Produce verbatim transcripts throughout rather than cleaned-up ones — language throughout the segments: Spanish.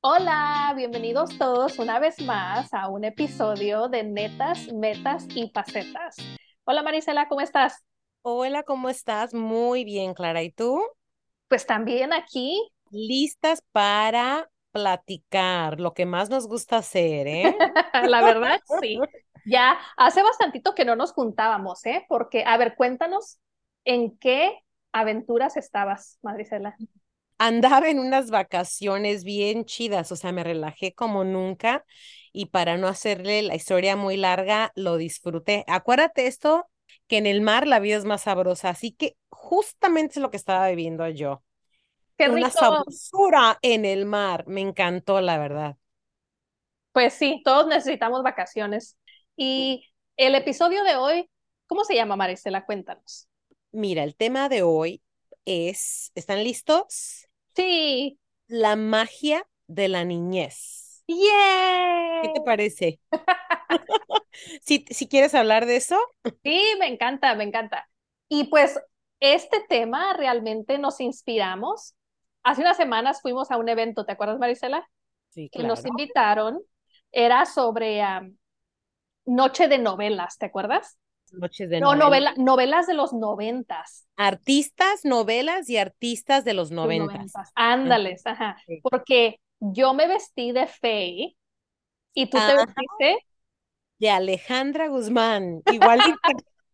Hola, bienvenidos todos una vez más a un episodio de Netas, Metas y Pacetas. Hola Marisela, ¿cómo estás? Hola, ¿cómo estás? Muy bien, Clara. ¿Y tú? Pues también aquí, Listas para platicar, lo que más nos gusta hacer, ¿eh? la verdad, sí. Ya hace bastantito que no nos juntábamos, ¿eh? Porque, a ver, cuéntanos en qué aventuras estabas, Marisela. Andaba en unas vacaciones bien chidas, o sea, me relajé como nunca y para no hacerle la historia muy larga, lo disfruté. Acuérdate esto, que en el mar la vida es más sabrosa, así que justamente es lo que estaba viviendo yo. Qué Una rico. sabrosura en el mar, me encantó, la verdad. Pues sí, todos necesitamos vacaciones. Y el episodio de hoy, ¿cómo se llama, Marisela? Cuéntanos. Mira, el tema de hoy es, ¿están listos? Sí. La magia de la niñez. ¿Qué te ¡Yay! parece? Si, si quieres hablar de eso, Sí, me encanta, me encanta. Y pues este tema realmente nos inspiramos. Hace unas semanas fuimos a un evento, ¿te acuerdas, Marisela? sí, Que nos claro. invitaron. Era sobre am, Noche de Novelas, ¿te acuerdas? Noches de No, novela. novela, novelas de los noventas. Artistas, novelas y artistas de los Los noventas. noventas. Ajá, Ándales, ajá. sí. Porque yo me vestí de Faye y tú te Ah, vestiste. de Alejandra Guzmán. Igualita.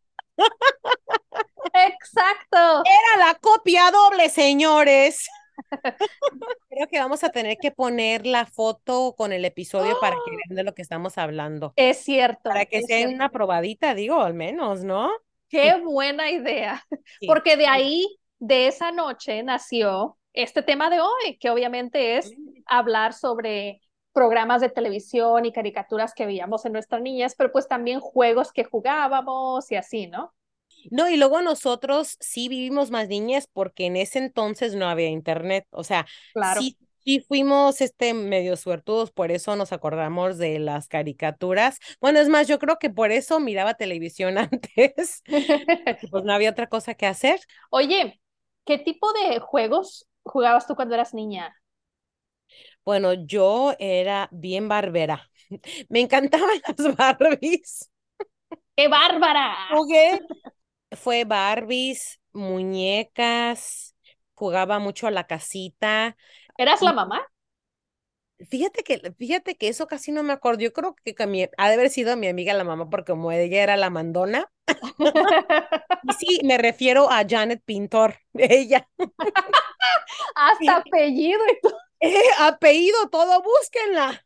Exacto. Era la copia doble, señores. Creo que vamos a tener que poner la foto con el episodio para que ¡Oh! vean de lo que estamos hablando. Es Para cierto, que es sea cierto. una probadita, digo, al menos, ¿no? Qué buena idea, Sí. porque de ahí, de esa noche, nació este tema de hoy, que obviamente es hablar sobre programas de televisión y caricaturas que veíamos en nuestras niñas, pero pues también juegos que jugábamos y así, ¿no? No, y luego nosotros sí vivimos más niñez porque en ese entonces no había internet. O sea, Claro. sí, sí fuimos este medio suertudos, por eso nos acordamos de las caricaturas. Bueno, es más, yo creo que por eso miraba televisión antes, porque pues no había otra cosa que hacer. Oye, ¿qué tipo de juegos jugabas tú cuando eras niña? Bueno, yo era bien barbera. Me encantaban las Barbies. ¡Qué bárbara! Jugué, fue Barbies, muñecas, jugaba mucho a la casita. ¿Eras la mamá? Fíjate que, fíjate que eso casi no me acuerdo. Yo creo que, que mi- ha de haber sido mi amiga la mamá, porque como ella era la mandona. Y sí, me refiero a Janet Pintor, ella. Hasta apellido y todo. Eh, apellido todo, búsquenla.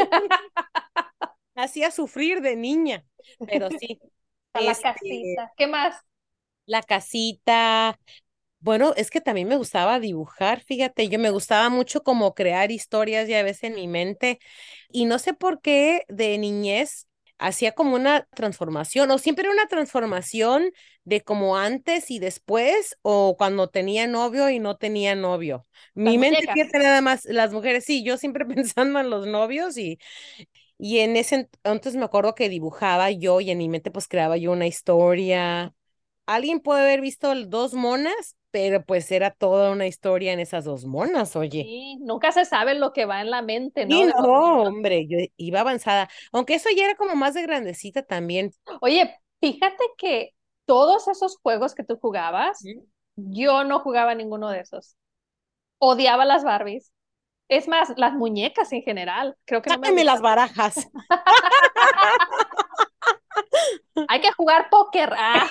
Hacía sufrir de niña, pero sí, A la este, casita. ¿Qué más? la casita. Bueno, es que también me gustaba dibujar, fíjate, yo me gustaba mucho como crear historias ya a veces en mi mente y no sé por qué de niñez hacía como una transformación o siempre una transformación de como antes y después o cuando tenía novio y no tenía novio. Las Mi mente, muñecas. fíjate nada más, las mujeres, sí, yo siempre pensando en los novios y, y en ese ent- entonces me acuerdo que dibujaba yo y en mi mente pues creaba yo una historia. Alguien puede haber visto el- dos monas, pero pues era toda una historia en esas dos monas, oye. Sí, nunca se sabe lo que va en la mente, Y ¿no? De los no, niños. hombre, yo iba avanzada. Aunque eso ya era como más de grandecita también. Oye, fíjate que todos esos juegos que tú jugabas, ¿Mm? yo no jugaba ninguno de esos. Odiaba las Barbies. Es más, las muñecas en general, creo que no me Sáquenme las gustaban. barajas. Hay que jugar póker. Ah,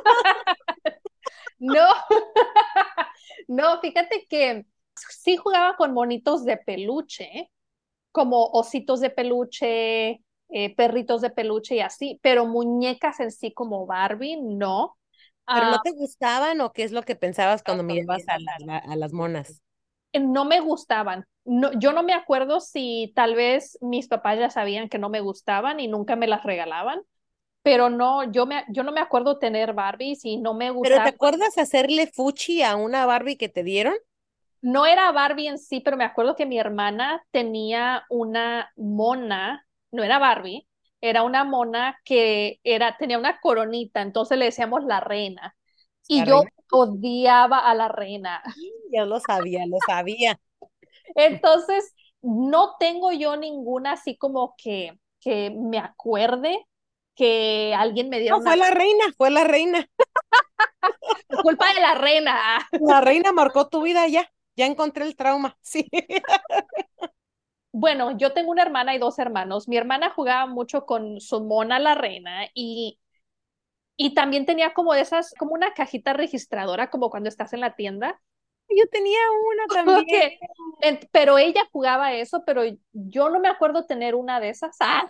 no, no, fíjate que sí jugaba con monitos de peluche, como ositos de peluche, eh, perritos de peluche y así, pero muñecas en sí como Barbie, no. ¿Pero Ah, no te gustaban o qué es lo que pensabas cuando cuando mirabas a, mirabas la- a la- a las monas? no me gustaban. No, yo no me acuerdo si tal vez mis papás ya sabían que no me gustaban y nunca me las regalaban, pero no, yo, me, yo no me acuerdo tener Barbies y no me ¿Pero te gustaba. acuerdas hacerle fuchi a una Barbie que te dieron? No era Barbie en sí, pero me acuerdo que mi hermana tenía una mona, no era Barbie, era una mona que era, tenía una coronita, entonces le decíamos la reina. Y La yo reina. odiaba a la reina. Sí, yo lo sabía, lo sabía. Entonces, No tengo yo ninguna así como que, que me acuerde que alguien me diera No, fue una la reina, fue la reina. culpa de la reina. La reina marcó tu vida ya. Ya encontré el trauma, sí. Bueno, yo tengo una hermana y dos hermanos. Mi hermana jugaba mucho con su mona la reina y, y también tenía como de esas, como una cajita registradora, como cuando estás en la tienda. Yo tenía una también. Que, en- pero ella jugaba eso, pero yo no me acuerdo tener una de esas. Ah,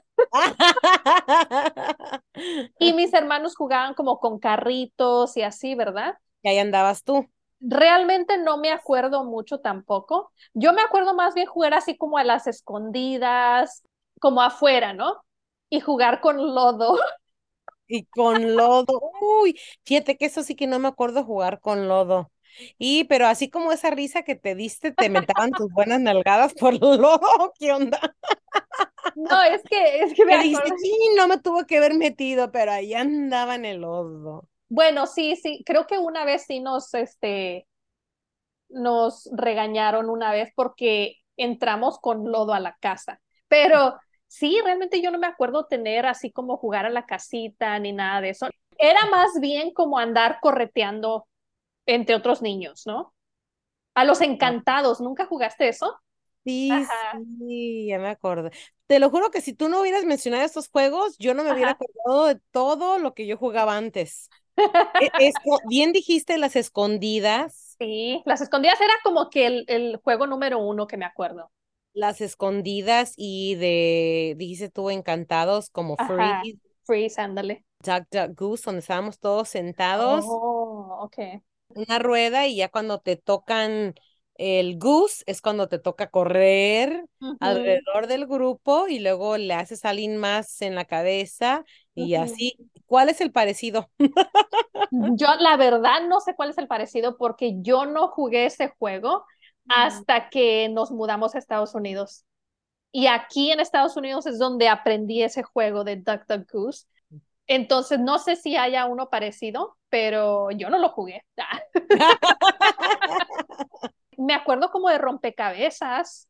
y mis hermanos jugaban como con carritos y así, ¿verdad? Y ahí andabas tú. Realmente no me acuerdo mucho tampoco. Yo me acuerdo más bien jugar así como a las escondidas, como afuera, ¿no? Y jugar con lodo. Y con lodo. Uy, fíjate que eso sí que no me acuerdo jugar con lodo. Y, pero así como esa risa que te diste, te mentaban tus buenas nalgadas por lodo. ¿Qué onda? No, es que, es que me Que acuerdo. dijiste, sí, no me tuvo que haber metido, pero ahí andaba en el lodo. Bueno, sí, sí, creo que una vez sí nos, este, nos regañaron una vez porque entramos con lodo a la casa. Pero sí, realmente yo no me acuerdo tener así como jugar a la casita ni nada de eso. Era más bien como andar correteando entre otros niños, ¿no? A los encantados, ¿nunca jugaste eso? Sí, Ajá, sí, ya me acuerdo. Te lo juro que si tú no hubieras mencionado estos juegos, yo no me hubiera ajá. acordado de todo lo que yo jugaba antes. E- Esto, bien dijiste las escondidas, Sí, las escondidas era como que el, el juego número uno que me acuerdo. las escondidas y de, dijiste tú, encantados, como Ajá, Freeze, freeze, ándale. Duck, Duck, Goose, donde estábamos todos sentados, Oh, ok. una rueda y ya cuando te tocan el Goose es cuando te toca correr Ujú, alrededor del grupo y luego le haces a alguien más en la cabeza y ujú. así. ¿Cuál es el parecido? Yo la verdad no sé cuál es el parecido porque yo no jugué ese juego hasta que nos mudamos a Estados Unidos. Y aquí en Estados Unidos es donde aprendí ese juego de Duck Duck Goose. Entonces no sé si haya uno parecido, pero yo no lo jugué. Me acuerdo como de rompecabezas.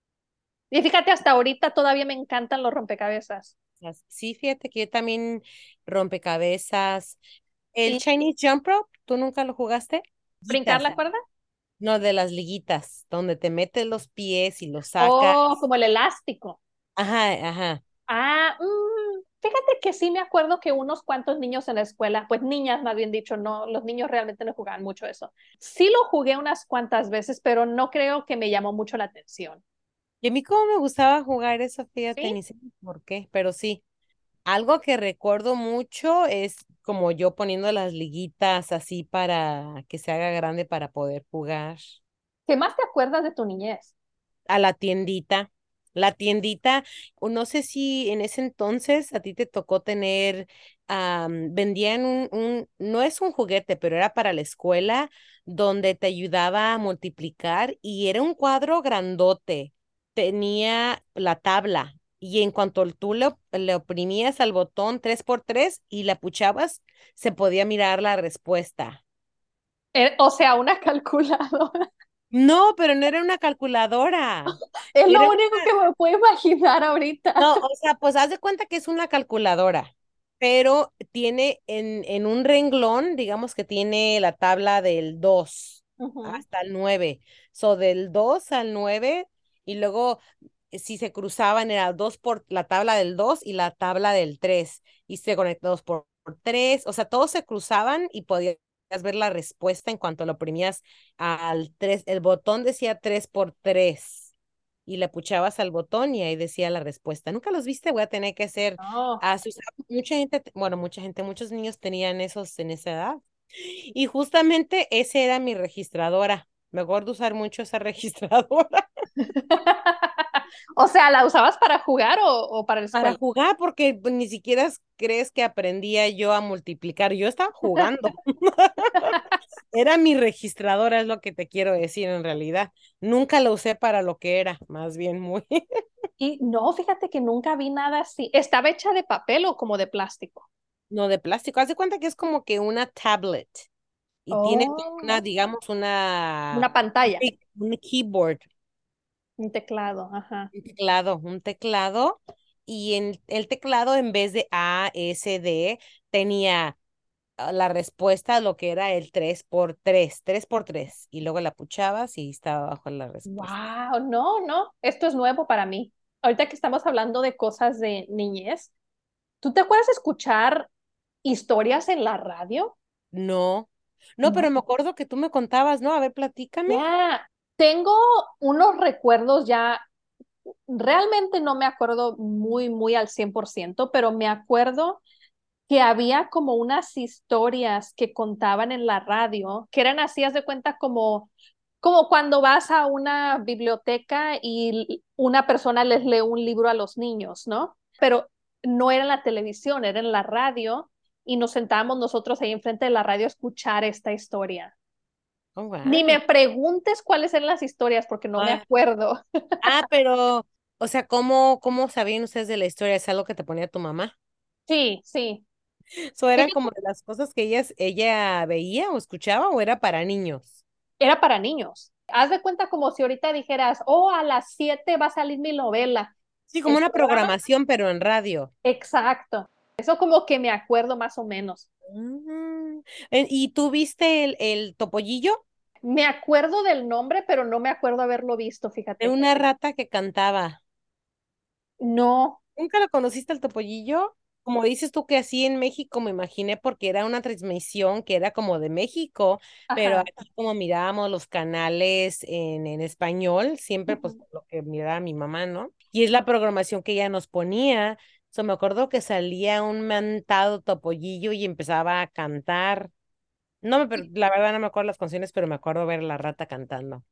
Y fíjate, hasta ahorita todavía me encantan los rompecabezas. Sí, fíjate que yo también rompecabezas. El Y Chinese Jump Rope, ¿tú nunca lo jugaste? brincar Liguitas, la cuerda. no, de las liguitas, donde te metes los pies y los sacas. Oh, como el elástico. Ajá, ajá. Ah, mm, fíjate que sí me acuerdo que unos cuantos niños en la escuela, pues niñas más bien dicho, no, los niños realmente no jugaban mucho eso. Sí lo jugué unas cuantas veces, pero no creo que me llamó mucho la atención. Y a mí como me gustaba jugar eso, fíjate, ¿Sí? ni sé por qué, pero sí. Algo que recuerdo mucho es como yo poniendo las liguitas así para que se haga grande para poder jugar. ¿Qué más te acuerdas de tu niñez? A la tiendita. La tiendita, o no sé si en ese entonces a ti te tocó tener, am, vendían un, un, no es un juguete, pero era para la escuela, donde te ayudaba a multiplicar y era un cuadro grandote. Tenía la tabla y en cuanto tú le, op- le oprimías al botón tres por tres y la puchabas, se podía mirar la respuesta. Eh, o sea, una calculadora. No, pero no era una calculadora. Es Era lo único que me puedo imaginar ahorita. No, o sea, pues haz de cuenta que es una calculadora, pero tiene en, en un renglón, digamos que tiene la tabla del dos Ujú, hasta el nueve. So, del dos al nueve y luego eh, si se cruzaban era dos por la tabla del dos y la tabla del tres y se conectados por, por tres, o sea, todos se cruzaban y podías ver la respuesta en cuanto lo oprimías al tres. El botón decía tres por tres y le puchabas al botón y ahí decía la respuesta. ¿Nunca los viste? Voy a tener que hacer, no. ah, se usaba- mucha gente, te- bueno, mucha gente, muchos niños tenían esos en esa edad. Y justamente ese era mi registradora. Me acuerdo usar mucho esa registradora O sea, ¿la usabas para jugar o, o para la para escuela? jugar porque pues, ni siquiera es- crees que aprendía yo a multiplicar. Yo estaba jugando. Era mi registradora, es lo que te quiero decir en realidad. Nunca la usé para lo que era, más bien muy. Y no, fíjate que nunca vi nada así. ¿Estaba hecha de papel o como de plástico? No, de plástico. Haz de cuenta que es como que una tablet y tiene como una, Oh, digamos, una, una pantalla. un keyboard Un teclado, ajá. Un teclado, un teclado, y en el teclado en vez de A, S, D, tenía ah, la respuesta a lo que era el tres por tres tres por tres y luego la puchabas y estaba abajo la respuesta. Wow, no, no, esto es nuevo para mí. Ahorita que estamos hablando de cosas de niñez, ¿tú te acuerdas de escuchar historias en la radio? No, no, No. pero me acuerdo que tú me contabas, ¿no? A ver, platícame. Ya, tengo unos recuerdos ya, realmente no me acuerdo muy, muy al cien por ciento, pero me acuerdo que había como unas historias que contaban en la radio, que eran así, haz de cuenta como, como cuando vas a una biblioteca y una persona les lee un libro a los niños, ¿no? Pero no era en la televisión, era en la radio y nos sentábamos nosotros ahí enfrente de la radio a escuchar esta historia. Oh, Ni me wow. preguntes cuáles eran las historias porque no me Ah, acuerdo. ah, pero, o sea, ¿cómo, cómo sabían ustedes de la historia? ¿Es algo que te ponía tu mamá? Sí, sí. ¿So eran Fíjate, como de las cosas que ella, ella veía o escuchaba o era para niños? era para niños. Haz de cuenta como si ahorita dijeras, oh, a las siete va a salir mi novela. Sí, como El una programa, programación, pero en radio. exacto. Eso como que me acuerdo más o menos. Mm. Eh, ¿Y tú viste el, el topollillo? Me acuerdo del nombre, pero no me acuerdo haberlo visto, De fíjate. una rata que cantaba. No. ¿Nunca lo conociste el topollillo? Como dices tú que así en México me imaginé porque era una transmisión que era como de México, pero Ajá. aquí como mirábamos los canales en, en español, siempre pues Ujú. lo que miraba mi mamá, ¿no? Y es la programación que ella nos ponía. So, me acuerdo que salía un mentado topollillo y empezaba a cantar. No me, pero la verdad no me acuerdo las canciones, pero me acuerdo ver la rata cantando.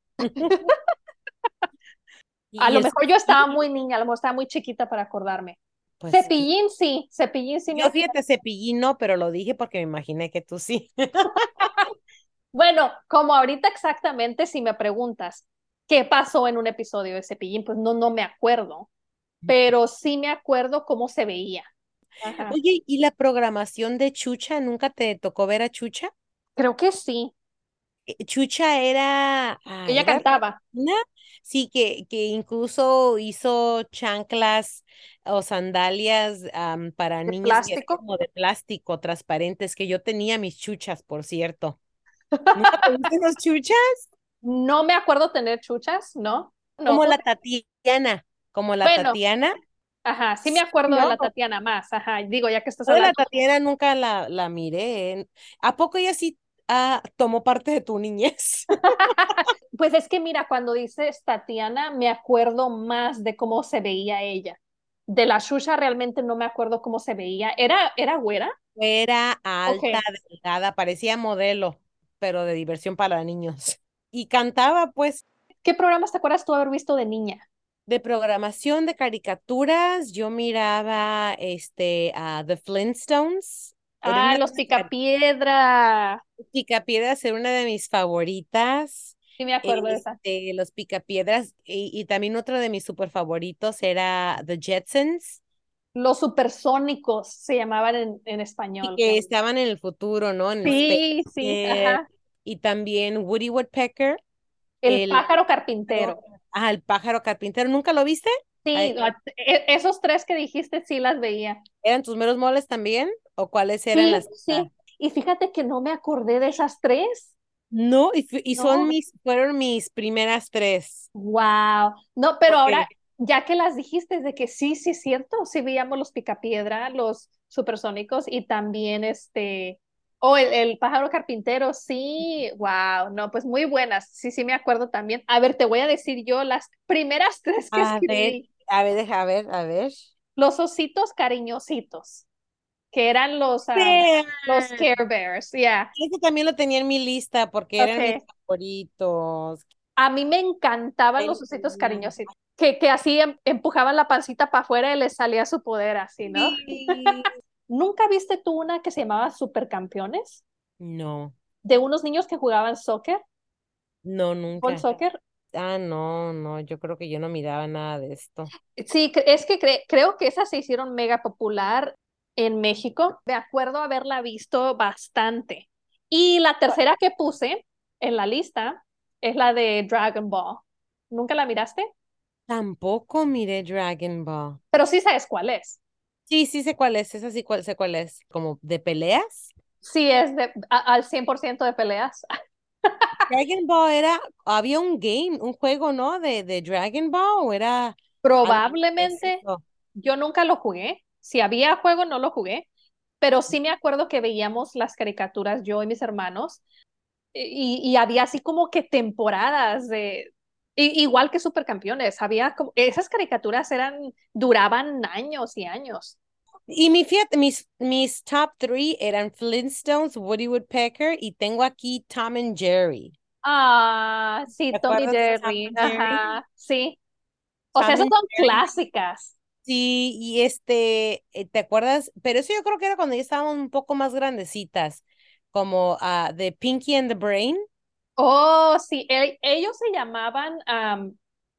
A Y lo el mejor yo estaba cepillín, muy niña, a lo mejor estaba muy chiquita para acordarme. pues qui- Cepillín sí, Cepillín sí me yo acuerdo. fíjate, cepillín no, pero lo dije porque me imaginé que tú sí. Bueno, como ahorita exactamente si me preguntas qué pasó en un episodio de Cepillín, pues no, no me acuerdo, pero sí me acuerdo cómo se veía. Ajá. Oye, ¿y la programación de Chucha? ¿Nunca te tocó ver a Chucha? Creo que sí. Eh, Chucha era, ah, Ella era cantaba una, sí, que, que incluso hizo chanclas o sandalias am, para de niñas que eran plástico. como de plástico, transparentes, que yo tenía mis chuchas, por cierto. ¿Nunca tuviste unos chuchas? No me acuerdo tener chuchas, ¿no? No. Como la Tatiana, como la Bueno, Tatiana. ajá, sí me acuerdo de No, la Tatiana más, ajá. Digo, ya que estás yo de la hablando. Tatiana nunca la, la miré. ¿A poco ella sí ah, tomó parte de tu niñez? Pues es que mira, cuando dices Tatiana, me acuerdo más de cómo se veía ella. De la Shusha realmente no me acuerdo cómo se veía. ¿Era, era güera? Era Ok. alta, delgada, parecía modelo, pero de diversión para niños. Y cantaba, pues, ¿Qué programas te acuerdas tú haber visto de niña? de programación de caricaturas. Yo miraba este a The Flintstones. Era Ah, una de los mis cari- Picapiedra. Picapiedras, era una de mis favoritas. Sí me acuerdo de esa. Este, los Picapiedras. Y, y también otro de mis super favoritos era The Jetsons. Los supersónicos se llamaban en, en Y español. que estaban en el futuro, ¿no? En Space Sí, sí, Jam. ajá. Y también Woody Woodpecker. El El pájaro pájaro, carpintero. ah, el pájaro carpintero, ¿nunca lo viste? Sí, Ay, a- e- esos tres que dijiste sí las veía. ¿eran tus meros moles también? ¿O cuáles eran Sí, las? Ah, sí. Y fíjate que no me acordé de esas tres. no, y, fu- y son No. mis, fueron mis primeras tres. Wow. No, pero ahora, Porque, ya que las dijiste, de que sí, sí, es cierto, sí veíamos los Picapiedra, los supersónicos y también este, o el, el pájaro carpintero, sí, wow, no, pues muy buenas, sí, sí me acuerdo también. A ver, te voy a decir yo las primeras tres que a ver, escribí, a ver, deja ver, a ver. los ositos cariñositos, que eran los, ah, los Vean. Care Bears, ya, Ese también lo tenía en mi lista porque eran mis okay. favoritos. A mí me encantaban los ositos Tenía- cariñositos, que, que así em- empujaban la pancita para afuera y les salía su poder así, ¿no? Sí. ¿Nunca viste tú una que se llamaba Supercampeones? No, De unos niños que jugaban soccer, no, fútbol nunca. soccer. Ah, no, no, yo creo que yo no miraba nada de esto. Sí, cre- es que cre- creo que esas se hicieron mega popular en México. Me acuerdo haberla visto bastante. Y la tercera que puse en la lista es la de Dragon Ball. ¿Nunca la miraste? Tampoco miré Dragon Ball. pero sí sabes cuál es. Sí, sí sé cuál es, esa sí cuál, sé cuál es. ¿Como de peleas? Sí es de, a- al cien por ciento de peleas. Dragon Ball era, había un game, un juego, ¿no? De, de Dragon Ball, o era algo Probablemente, específico. yo nunca lo jugué. Si había juego, no lo jugué, pero sí me acuerdo que veíamos las caricaturas yo y mis hermanos y, y había así como que temporadas de, i- igual que Supercampeones, había como, esas caricaturas eran, duraban años y años. Y mi, fíjate, mis, mis top three eran Flintstones, Woody Woodpecker y tengo aquí Tom and Jerry. Ah, sí, ¿Te Tommy acuerdas de Tom Jerry, and Jerry? ajá, sí. O sea, Tom esas and son Jerry. clásicas. Sí, y este, eh, ¿te acuerdas? Pero eso yo creo que era cuando ya estábamos un poco más grandecitas, como ah, de Pinky and the Brain, Oh, sí, el- ellos se llamaban am,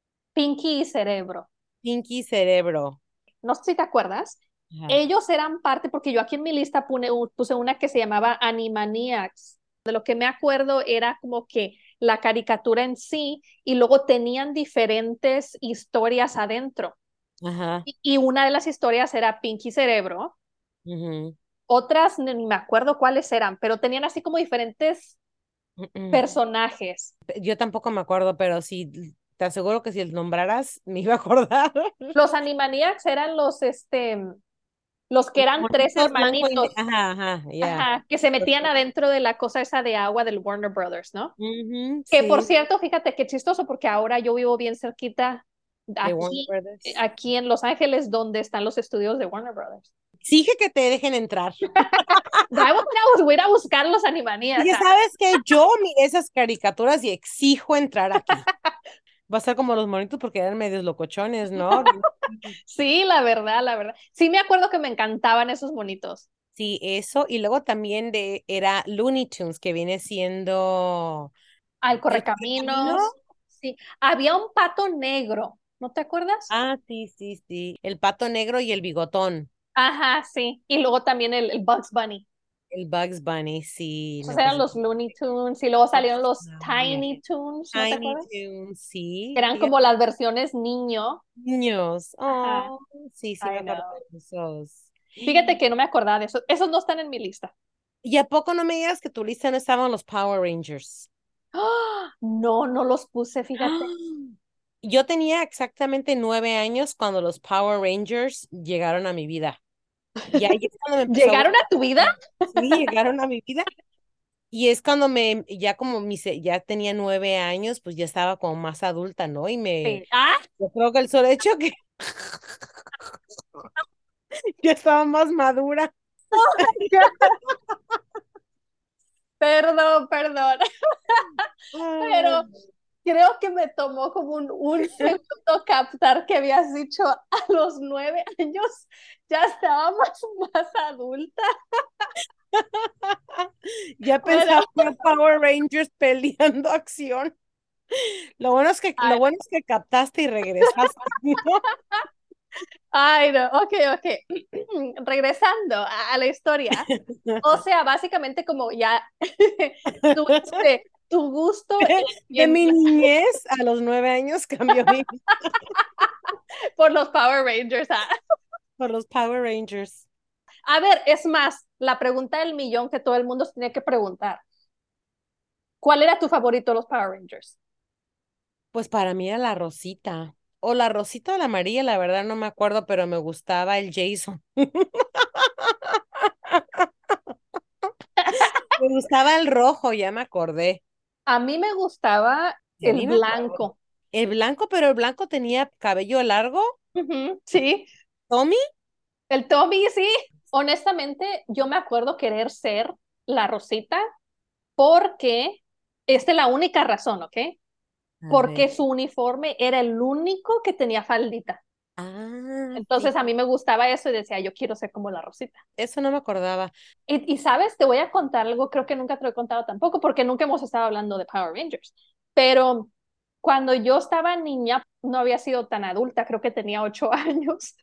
Pinky y Cerebro. Pinky Cerebro. No sé si te acuerdas. Ajá. Ellos eran parte, porque yo aquí en mi lista pune- puse una que se llamaba Animaniacs. De lo que me acuerdo era como que la caricatura en sí y luego tenían diferentes historias adentro. Ajá. Y, y una de las historias era Pinky Cerebro, Ujú. otras ni me acuerdo cuáles eran, pero tenían así como diferentes Mm, personajes. mm. Yo tampoco me acuerdo, pero sí, te aseguro que si el nombraras, me iba a acordar. Los Animaniacs eran los, este, los que Los eran tres monitos blanco y ne- hermanitos, Ajá, ajá, ya. ajá, que se metían adentro de la cosa esa de agua del Warner Brothers, ¿no? Ujú, Que por sí, cierto, fíjate qué chistoso, porque ahora yo vivo bien cerquita de Warner aquí, Brothers. aquí en Los Ángeles, donde están los estudios de Warner Brothers. Exige que te dejen entrar. Vamos a, ir a, voy a ir a buscar los Animaniacs. Y sabes que yo miré esas caricaturas y exijo entrar aquí. Va a ser como los monitos porque eran medios locochones, ¿no? Bien- Sí, la verdad, la verdad. Sí me acuerdo que me encantaban esos monitos. Sí, eso. Y luego también de, era Looney Tunes, que viene siendo Al El Correcamino. Correcaminos. Sí, había un pato negro, ¿no te acuerdas? Ah, sí, sí, sí. El pato negro y el bigotón. Ajá, sí. Y luego también el, el Bugs Bunny. El Bugs Bunny, sí. Esos No, pues eran los Looney Tunes y luego salieron los ah, yeah. Tiny Tunes, ¿no te Tiny acuerdas? Toons, Que sí. eran como Fíjate, las versiones niño. niños. Ajá, Oh, sí, sí me I acuerdo know. de esos. Fíjate que no me acordaba de eso. Esos no están en mi lista. ¿Y a poco no me digas que tu lista no estaban los Power Rangers? ¡Ah! No, no los puse, ¡Ah! fíjate. Yo tenía exactamente nueve años cuando los Power Rangers llegaron a mi vida. Y ahí es cuando me empezó a ¿Llegaron gustar. a tu vida? Sí, llegaron a mi vida. Y es cuando me, ya como mi, se- ya tenía nueve años, pues ya estaba como más adulta, ¿no? Y me, Sí. Ah, yo creo que el solo hecho que ya estaba más madura. perdón, perdón. Ah, Pero creo que me tomó como un, un segundo captar que habías dicho a los nueve años ya estaba más, más adulta. ya Pero, pensaba en Power Rangers peleando acción. Lo bueno es que, lo ay, bueno es que captaste y regresaste, ¿no? ay, no, ok, ok. Regresando a, a la historia. O sea, básicamente como ya tuviste tu gusto De en, mi niñez a los nueve años cambió mi vida por los Power Rangers. Ah. por los Power Rangers. A ver, es más, la pregunta del millón que todo el mundo se tiene que preguntar. ¿Cuál era tu favorito de los Power Rangers? Pues para mí era la Rosita. O la Rosita o la María, la verdad no me acuerdo, pero me gustaba el Jason. Me gustaba el rojo, ya me acordé. A mí me gustaba Ya el ni me acuerdo. blanco. El blanco, pero el blanco tenía cabello largo. Ujú, sí, Tommy. el Tommy, sí. Honestamente, yo me acuerdo querer ser la Rosita porque esta es la única razón, ¿ok? A ver. Porque su uniforme era el único que tenía faldita. Ah, Entonces a fíjate. mí me gustaba eso y decía, yo quiero ser como la Rosita. Eso no me acordaba. Y, y sabes, te voy a contar algo, creo que nunca te lo he contado tampoco, porque nunca hemos estado hablando de Power Rangers. Pero cuando yo estaba niña, no había sido tan adulta, creo que tenía ocho años.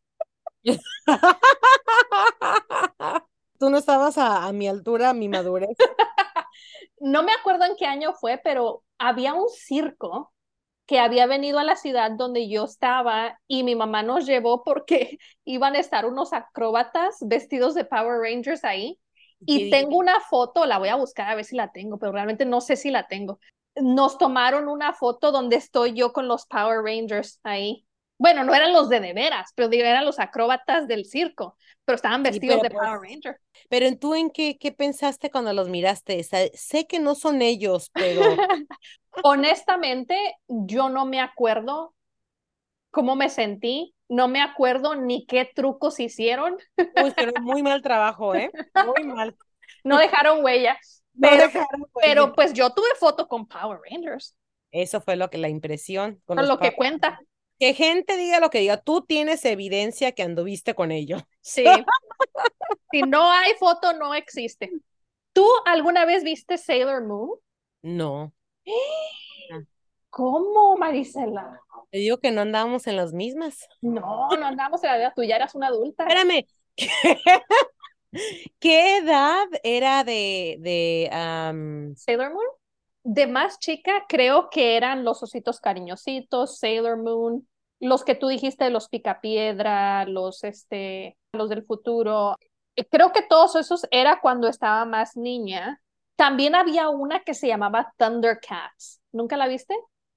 Tú no estabas a, a mi altura, a mi madurez. No me acuerdo en qué año fue, pero había un circo que había venido a la ciudad donde yo estaba y mi mamá nos llevó porque iban a estar unos acróbatas vestidos de Power Rangers ahí. ¿Qué Y tengo dije? una foto, la voy a buscar a ver si la tengo, pero realmente no sé si la tengo. Nos tomaron una foto donde estoy yo con los Power Rangers ahí. Bueno, no eran los de de veras, pero digo, eran los acróbatas del circo, pero estaban Sí, vestidos pero de pues, Power Ranger. pero en tú en qué, qué pensaste cuando los miraste? Sa- sé que no son ellos, pero Honestamente, yo no me acuerdo cómo me sentí, no me acuerdo ni qué trucos hicieron, uy, hicieron muy mal trabajo, ¿eh? Muy mal. no dejaron huella, No pero, dejaron huella. pero pues yo tuve foto con Power Rangers, Eso fue lo que la impresión con es los lo que Power cuenta. Rangers. Que gente diga lo que diga, tú tienes evidencia que anduviste con ellos. Sí, si no hay foto, no existe. ¿Tú alguna vez viste Sailor Moon? No. Ah, ¿Cómo, Marisela? te digo que no andábamos en las mismas. No, no andamos en la vida, tú ya eras una adulta. Espérame, ¿qué edad era de, de, am, Sailor Moon. De más chica, creo que eran los ositos cariñositos, Sailor Moon, los que tú dijiste, los Picapiedra, los, este, los del futuro. Eh, Creo que todos esos era cuando estaba más niña. También había una que se llamaba Thundercats. ¿Nunca la viste?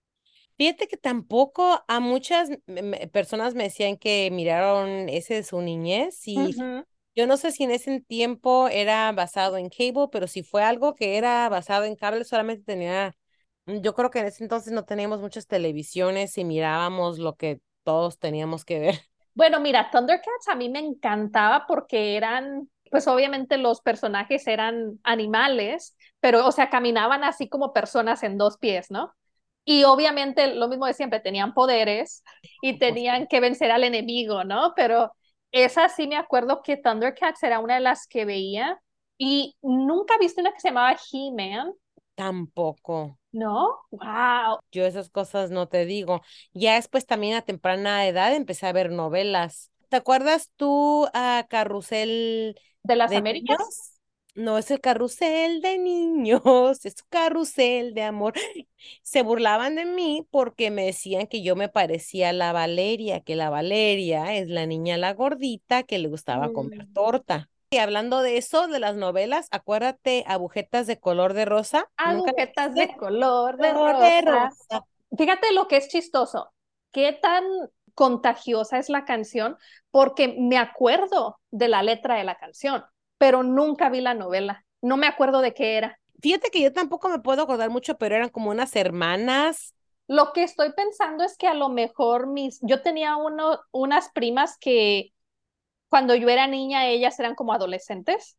fíjate que tampoco a muchas me- me- personas me decían que miraron ese de su niñez y Ujú. yo no sé si en ese tiempo era basado en cable, pero si fue algo que era basado en cable, solamente tenía, mm, yo creo que en ese entonces no teníamos muchas televisiones y mirábamos lo que todos teníamos que ver. Bueno, mira, Thundercats a mí me encantaba porque eran, pues obviamente los personajes eran animales, pero, o sea, caminaban así como personas en dos pies, ¿no? Y obviamente lo mismo de siempre, tenían poderes y Pues, tenían que vencer al enemigo, ¿no? Pero esa sí me acuerdo que Thundercats era una de las que veía y nunca viste una que se llamaba He-Man, tampoco. ¿no? Wow, Yo esas cosas no te digo. Ya después también a temprana edad empecé a ver novelas. ¿Te acuerdas tú a Carrusel de las de Américas. niños? No es el carrusel de niños, es un carrusel de amor. Se burlaban de mí porque me decían que yo me parecía a la Valeria, que la Valeria es la niña la gordita que le gustaba comer Mm. torta. Y hablando de eso, de las novelas, acuérdate, Agujetas de color de rosa. ¿Nunca la Agujetas de viste? color de Color de rosa. rosa. Fíjate lo que es chistoso, qué tan contagiosa es la canción, porque me acuerdo de la letra de la canción, pero nunca vi la novela. No me acuerdo de qué era. Fíjate que yo tampoco me puedo acordar mucho, pero eran como unas hermanas. Lo que estoy pensando es que a lo mejor mis, yo tenía uno, unas primas que cuando yo era niña, ellas eran como adolescentes.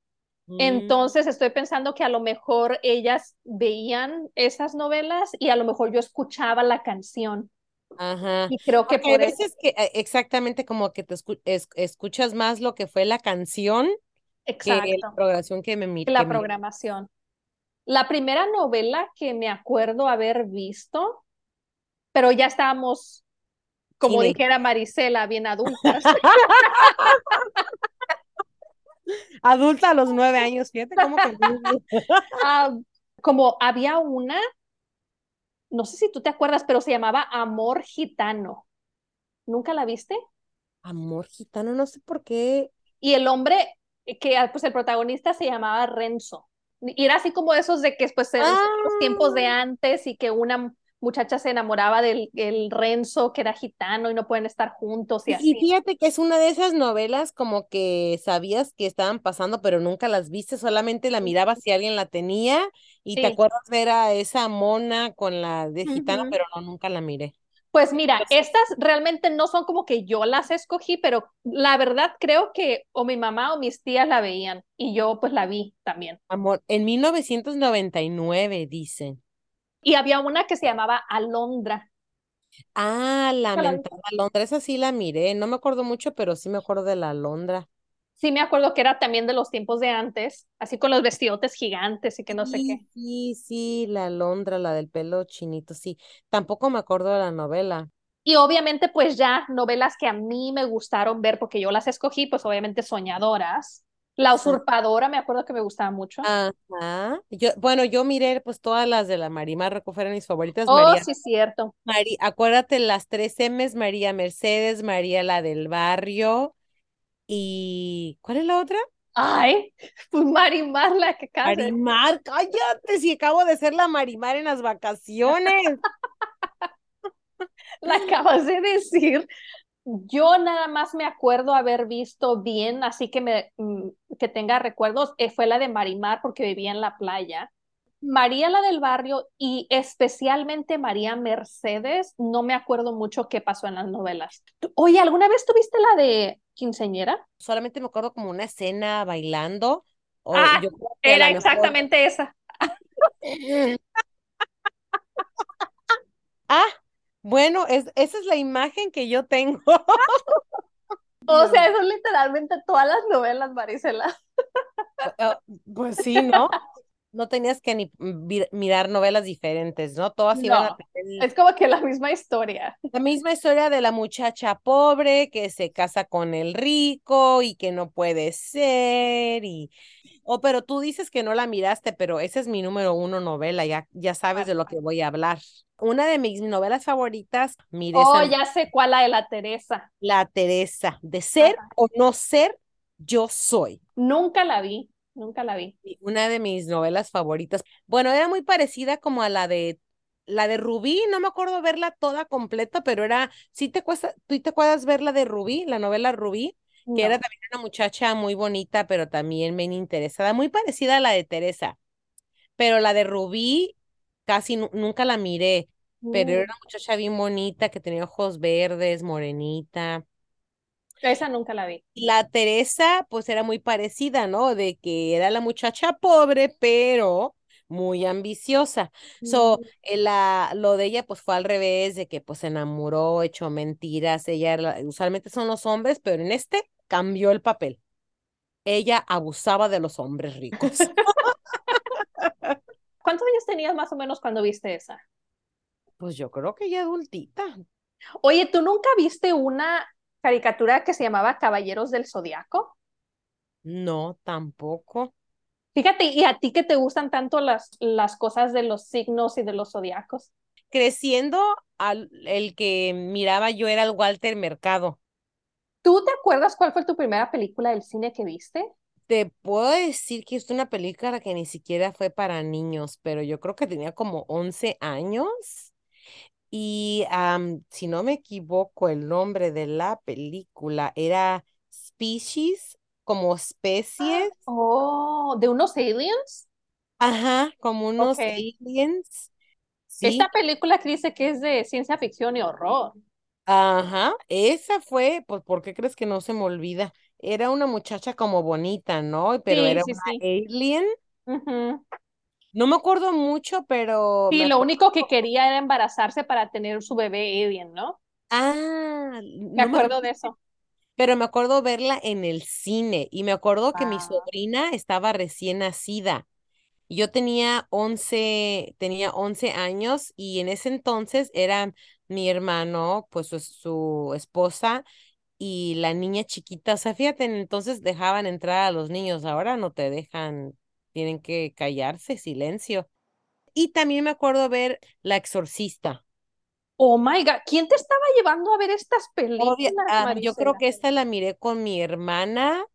Mm, Entonces estoy pensando que a lo mejor ellas veían esas novelas y a lo mejor yo escuchaba la canción. ajá. Y creo que Porque hay por eso, veces que eh, exactamente como que te escu- es- escuchas más lo que fue la canción que la exacto, programación que me mir- que la miré. programación. La primera novela que me acuerdo haber visto, pero ya estábamos, como Teenage. dijera Marisela, bien adultas. Adulta a los nueve años, fíjate cómo que Ah, como había una, no sé si tú te acuerdas, pero se llamaba Amor Gitano. ¿Nunca la viste? amor gitano, no sé por qué. Y el hombre, eh, que ah, pues el protagonista se llamaba Renzo. Y era así como esos de que pues en los tiempos de Ah, antes y que una muchacha se enamoraba del el Renzo que era gitano y no pueden estar juntos y y y así. fíjate que es una de esas novelas como que sabías que estaban pasando, pero nunca las viste, solamente la mirabas si alguien la tenía y te Sí. acuerdas ver a esa mona con la de gitana, Ujú. pero no, nunca la miré. Pues mira, estas realmente no son como que yo las escogí, pero la verdad creo que o mi mamá o mis tías la veían y yo pues la vi también. Amor, en mil novecientos noventa y nueve dicen. Y había una que se llamaba Alondra. Ah, ¿Nunca la viste? lamentada Londra, esa sí la miré, no me acuerdo mucho, pero sí me acuerdo de la Londra. Sí, me acuerdo que era también de los tiempos de antes, así con los vestidotes gigantes y que no sé qué. Sí, sí, sí, la Londra, la del pelo chinito, sí. Tampoco me acuerdo de la novela. Y obviamente, pues ya novelas que a mí me gustaron ver porque yo las escogí, pues obviamente soñadoras. La usurpadora, me acuerdo que me gustaba mucho. Ajá. Yo, bueno, yo miré pues todas las de la Marimar Rocco, fueron mis favoritas. Oh, María, sí, cierto. Mari, acuérdate las tres M's, María Mercedes, María la del barrio y ¿cuál es la otra? Ay, pues Marimar, la que acabas de decir. Marimar, cállate, si acabo de ser la Marimar en las vacaciones. La acabas de decir. Yo nada más me acuerdo haber visto bien, así que me mm, que tenga recuerdos, eh, fue la de Marimar porque vivía en la playa. María la del barrio y especialmente María Mercedes, no me acuerdo mucho qué pasó en las novelas. Tú- Oye, ¿alguna vez tuviste la de Quinceañera? Solamente me acuerdo como una escena bailando, o Ah, yo creo que a era lo mejor. exactamente esa. Ah, bueno, es, esa es la imagen que yo tengo. O Dios. sea, eso es literalmente todas las novelas, Marisela. Ah, pues sí, ¿no? No tenías que ni vi- mirar novelas diferentes, ¿no? Todas iban a No, tener es como que la misma historia. la misma historia de la muchacha pobre que se casa con el rico y que no puede ser y oh, pero tú dices que no la miraste, pero esa es mi número uno novela, ya, ya sabes de lo que voy a hablar. Una de mis novelas favoritas, miré Oh, esa, ya sé cuál, la de la Teresa. La Teresa, de ser Ajá. o no ser, yo soy. Nunca la vi, nunca la vi. Y una de mis novelas favoritas. Bueno, era muy parecida como a la de la de Rubí, no me acuerdo verla toda completa, pero era, sí te cuesta, tú te acuerdas ver la de Rubí, la novela Rubí, que era No. también una muchacha muy bonita, pero también bien interesada, muy parecida a la de Teresa, pero la de Rubí casi nu- nunca la miré, pero era Mm, una muchacha bien bonita que tenía ojos verdes, morenita. esa nunca la vi. La Teresa, pues era muy parecida, ¿no? De que era la muchacha pobre, pero muy ambiciosa. So, Mm, eh, la, lo de ella, pues fue al revés, de que pues se enamoró, echó mentiras. Ella, era- usualmente son los hombres, pero en este cambió el papel. Ella abusaba de los hombres ricos. ¿Cuántos años tenías más o menos cuando viste esa? Pues yo creo que ya adultita. Oye, ¿tú nunca viste una caricatura que se llamaba Caballeros del Zodiaco? No, tampoco. Fíjate, y a ti que te gustan tanto las, las cosas de los signos y de los zodiacos. Creciendo, al, el que miraba yo era el Walter Mercado. ¿Tú te acuerdas cuál fue tu primera película del cine que viste? Te puedo decir que es una película que ni siquiera fue para niños, pero yo creo que tenía como once años y am, si no me equivoco, el nombre de la película era Species, como especies, Oh, ¿de unos aliens? ajá, como Ok. unos aliens, Esta sí, película que dice que es de ciencia ficción y horror. ajá, esa fue, pues, ¿por qué crees que no se me olvida? Era una muchacha como bonita, ¿no? Pero Sí, era sí, una sí. alien. Ujú. No me acuerdo mucho, pero me Sí, lo acuerdo. único que quería era embarazarse para tener su bebé alien, ¿no? Ah, Me no me acuerdo, acuerdo de eso. pero me acuerdo verla en el cine y me acuerdo que mi Wow. sobrina estaba recién nacida. Y yo tenía once, tenía once años y en ese entonces era mi hermano, pues su, su esposa y la niña chiquita. O sea, fíjate, entonces dejaban entrar a los niños, ahora no te dejan, tienen que callarse, silencio. Y también me acuerdo ver La Exorcista. Oh my God, ¿quién te estaba llevando a ver estas Obvia, películas, ah, yo creo Marisela? que esta la miré con mi hermana,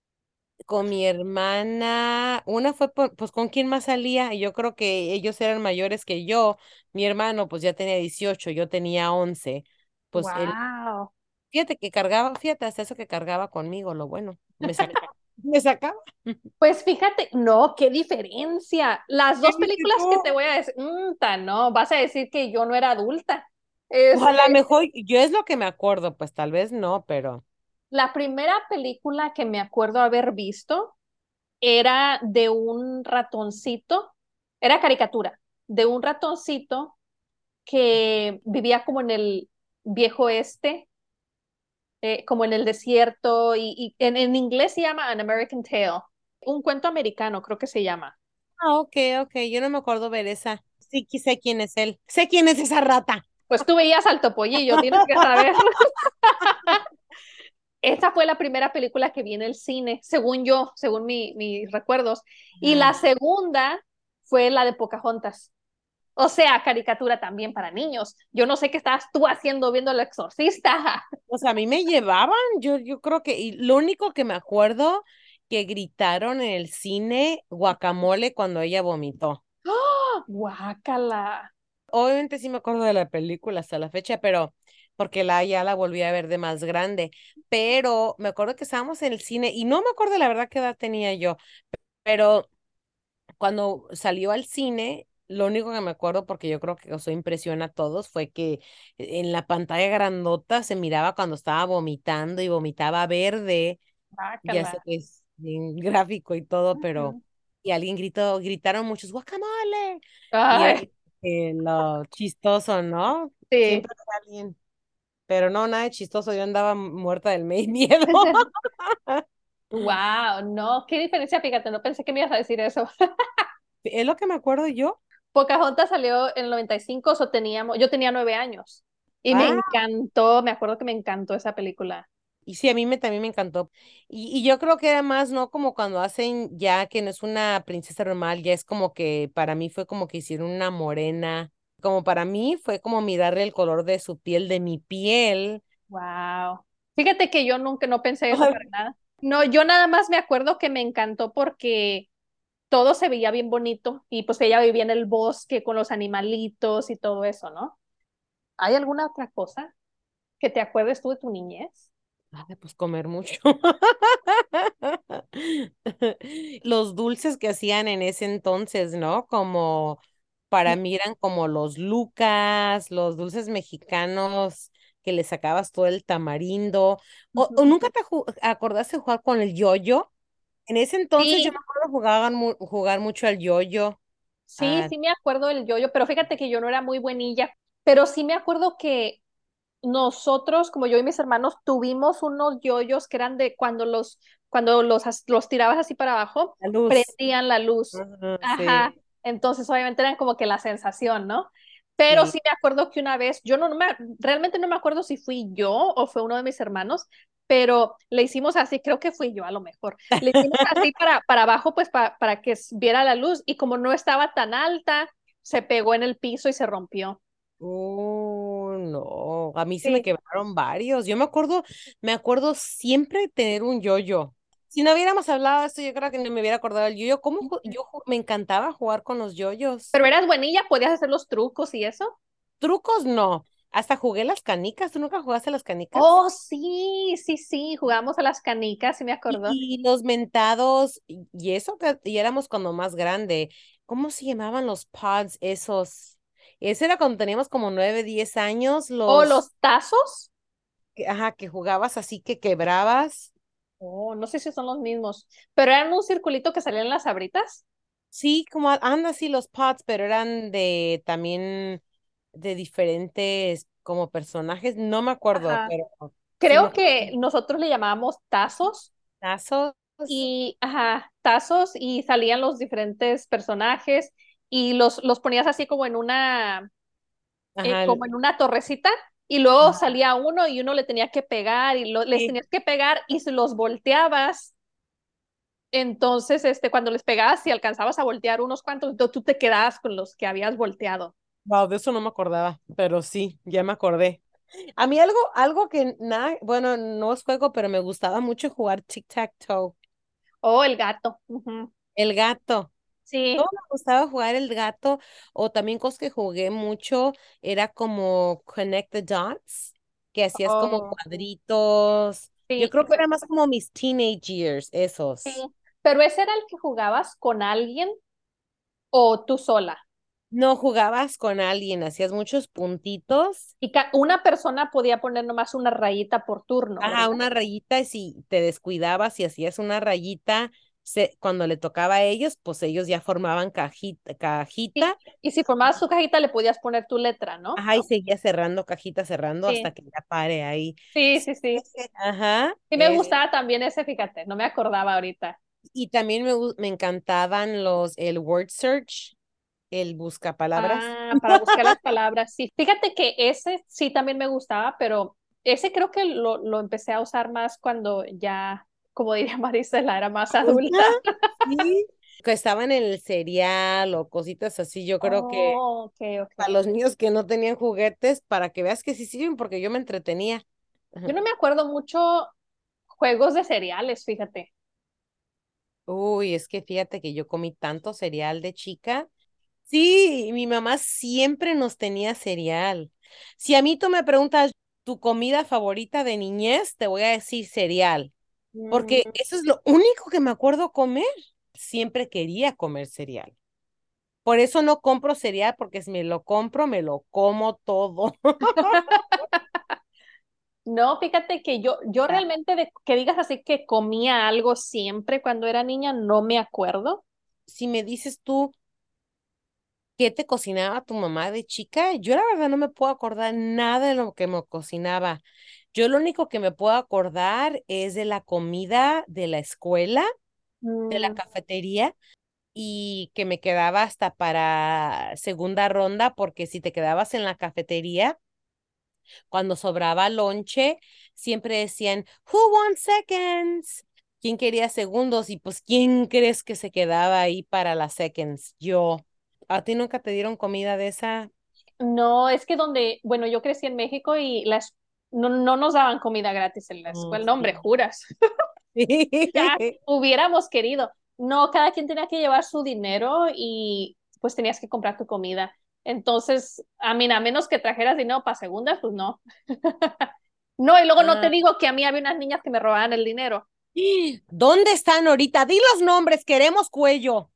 con mi hermana, una fue por- pues con quién más salía, y yo creo que ellos eran mayores que yo, mi hermano pues ya tenía dieciocho, yo tenía once, pues él, Wow. fíjate que cargaba, fíjate hasta eso que cargaba conmigo, lo bueno, me sacaba, me sacaba. Pues fíjate, no, qué diferencia. Las ¿Qué dos viste películas que tú? te voy a decir, mm, ta, no, vas a decir que yo no era adulta. Pues a lo Este, mejor, yo es lo que me acuerdo, pues tal vez no, pero, la primera película que me acuerdo haber visto era de un ratoncito, era caricatura, de un ratoncito que vivía como en el viejo este, eh, como en el desierto, y, y en, en inglés se llama An American Tale, un cuento americano, creo que se llama. ah, ok, ok, yo no me acuerdo ver esa, sí, que sé quién es él, sé quién es esa rata. Pues tú veías al topollillo, tienes que saber. esa fue la primera película que vi en el cine, según yo, según mi, mis recuerdos. Y la Ah, segunda fue la de Pocahontas. O sea, caricatura también para niños. Yo no sé qué estabas tú haciendo viendo El Exorcista. o sea, a mí me llevaban, yo, yo creo que, y lo único que me acuerdo que gritaron en el cine guacamole cuando ella vomitó. ¡Oh! Guácala. Obviamente sí me acuerdo de la película hasta la fecha, pero porque la ya la volví a ver de más grande. Pero me acuerdo que estábamos en el cine y no me acuerdo la verdad qué edad tenía yo, pero cuando salió al cine, lo único que me acuerdo, porque yo creo que causó impresión a todos, fue que en la pantalla grandota se miraba cuando estaba vomitando y vomitaba verde. Ya sé Guácala. que es bien gráfico y todo, pero Ujú. y alguien gritó, gritaron muchos guacamole. Y era Ay, eh, lo chistoso, ¿no? sí. Siempre hay alguien, pero no, nada de chistoso, yo andaba muerta del me- miedo. Wow, no, qué diferencia, fíjate, no pensé que me ibas a decir eso. Es lo que me acuerdo yo. Pocahontas salió en el noventa y cinco, o teníamos, yo tenía nueve años y me Ah, encantó, me acuerdo que me encantó esa película. y sí, a mí me, también me encantó. Y, y yo creo que era más, ¿no? Como cuando hacen ya que no es una princesa normal, ya es como que para mí fue como que hicieron una morena. Como para mí fue como mirarle el color de su piel, de mi piel. Wow. Fíjate que yo nunca no pensé eso para nada. No, yo nada más me acuerdo que me encantó porque todo se veía bien bonito y pues ella vivía en el bosque con los animalitos y todo eso, ¿no? ¿Hay alguna otra cosa que te acuerdes tú de tu niñez? Ay, pues comer mucho. Los dulces que hacían en ese entonces, ¿no? Como para mí eran como los Lucas, los dulces mexicanos que le sacabas todo el tamarindo. ¿O, o Ujú. nunca te ju- acordaste de jugar con el yoyo? En ese entonces yo me Sí, acuerdo jugaban mu- jugar mucho al yoyo. sí, Ah, sí me acuerdo del yoyo, pero fíjate que yo no era muy buenilla, pero sí me acuerdo que nosotros, como yo y mis hermanos, tuvimos unos yoyos que eran de cuando los, cuando los, as- los tirabas así para abajo, la luz. prendían la luz. Ajá, Ajá. sí, Entonces, obviamente eran como que la sensación, ¿no? Pero sí. sí me acuerdo que una vez, yo no, no me, realmente no me acuerdo si fui yo o fue uno de mis hermanos, pero le hicimos así, creo que fui yo a lo mejor. Le hicimos así para, para abajo, pues pa- para que s- viera la luz y como no estaba tan alta, se pegó en el piso y se rompió. Oh, no, a mí se me Sí. quebraron varios. Yo me acuerdo, me acuerdo siempre tener un yoyo. Si no hubiéramos hablado de esto, yo creo que no me hubiera acordado del yoyo. ¿Cómo ju- yo ju- me encantaba jugar con los yoyos? Pero eras buenilla, podías hacer los trucos y eso. Trucos no. Hasta jugué las canicas. ¿Tú nunca jugaste las canicas? Oh, sí, sí, sí, jugamos a las canicas, sí me Y, acuerdo. y los mentados, y, y eso que y éramos cuando más grande. ¿Cómo se llamaban los pods esos? Ese era cuando teníamos como nueve, diez años, Oh, los, los tazos. que- ajá, que jugabas así que quebrabas. Oh, no sé si son los mismos, pero eran un circulito que salían las sabritas. Sí, como a- anda así los pods, pero eran de también de diferentes como personajes. No me acuerdo, Ajá. pero sí me Creo acuerdo. que nosotros le llamábamos tazos Tazos, y, ajá, tazos y salían los diferentes personajes y los, los ponías así como en una, eh, ajá, como en el- una torrecita y luego ajá, salía uno y uno le tenía que pegar y lo- les sí. tenías que pegar y si los volteabas. Entonces, este, cuando les pegabas, si alcanzabas a voltear unos cuantos, tú tú te quedabas con los que habías volteado. Wow, de eso no me acordaba, pero sí, ya me acordé. A mí algo, algo que nada, bueno, no es juego, pero me gustaba mucho jugar tic-tac-toe. Oh, el gato. Ujú. El gato. Sí. Todo me gustaba jugar el gato, o también cosas que jugué mucho, era como Connect the Dots, que hacías como Oh, cuadritos. Yo sí. creo que Pe- era más como mis teenage years, sí. esos. Pero ese era el que jugabas con alguien o tú sola. No jugabas con alguien, hacías muchos puntitos. Y ca- una persona podía poner nomás una rayita por turno, Ajá, ¿verdad? una rayita, y si te descuidabas y hacías una rayita, se, cuando le tocaba a ellos, pues ellos ya formaban cajita, Y, cajita, y si formabas tu cajita, le podías poner tu letra, ¿no? ajá, y seguía cerrando cajita, cerrando hasta Sí. que ya pare ahí. Sí, Sí, sí, sí. ese, ajá, Sí me es, gustaba también ese, fíjate, no me acordaba ahorita. y también me, gu- me encantaban los, el word search, el buscapalabras. Ah, para buscar las palabras. Sí, fíjate que ese sí también me gustaba, pero ese creo que lo, lo empecé a usar más cuando ya, como diría Marisela, era más ¿Adulta? adulta. Sí. Que estaban en el cereal o cositas así, yo creo que Oh, ok, para ok. los niños que no tenían juguetes, para que veas que sí sirven, porque yo me entretenía. Yo Ajá. no me acuerdo mucho juegos de cereales, fíjate. Uy, es que fíjate que yo comí tanto cereal de chica. Sí, mi mamá siempre nos tenía cereal. Si a mí tú me preguntas tu comida favorita de niñez, te voy a decir cereal, porque Mm. eso es lo único que me acuerdo comer. Siempre quería comer cereal. Por eso no compro cereal, porque si me lo compro, me lo como todo. No, fíjate que yo, yo realmente de, que digas así que comía algo siempre cuando era niña, no me acuerdo. Si me dices tú qué te cocinaba tu mamá de chica, yo la verdad no me puedo acordar nada de lo que me cocinaba. Yo lo único que me puedo acordar es de la comida de la escuela, de la Mm. cafetería, y que me quedaba hasta para segunda ronda, porque si te quedabas en la cafetería, cuando sobraba lonche, siempre decían, Who wants seconds? ¿Quién quería segundos? Y pues, ¿quién crees que se quedaba ahí para las seconds? Yo. ¿A ti nunca te dieron comida de esa? No, es que donde, bueno, yo crecí en México y las, no, no nos daban comida gratis en la Mm, escuela. No, hombre, sí. juras. Ya hubiéramos querido. No, cada quien tenía que llevar su dinero y pues tenías que comprar tu comida. Entonces, a mí, a menos que trajeras dinero para segundas, pues no. No, y luego no te Ah, digo que a mí había unas niñas que me robaban el dinero. ¿dónde están ahorita? Di los nombres, queremos cuello.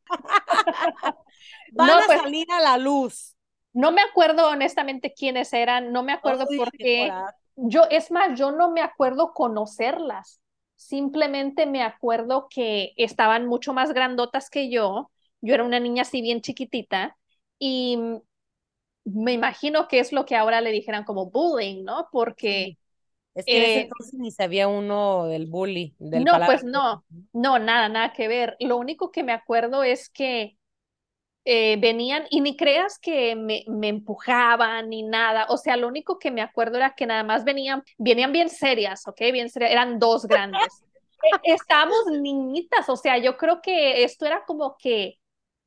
Van No, a pues salir a la luz. no me acuerdo honestamente quiénes eran, no me acuerdo Uy, por qué qué. coraje. Yo, es más, yo no me acuerdo conocerlas. Simplemente me acuerdo que estaban mucho más grandotas que yo. Yo era una niña así bien chiquitita y mm, me imagino que es lo que ahora le dijeran como bullying, ¿no? Porque Sí, es que en ese eh, entonces ni sabía uno del bully, del no, palabra pues bully. no, no, nada, nada que ver. Lo único que me acuerdo es que eh, venían y ni creas que me, me empujaban ni nada. O sea, lo único que me acuerdo era que nada más venían, venían bien serias, ¿ok? Bien serias, eran dos grandes. E- Estábamos niñitas, o sea, yo creo que esto era como que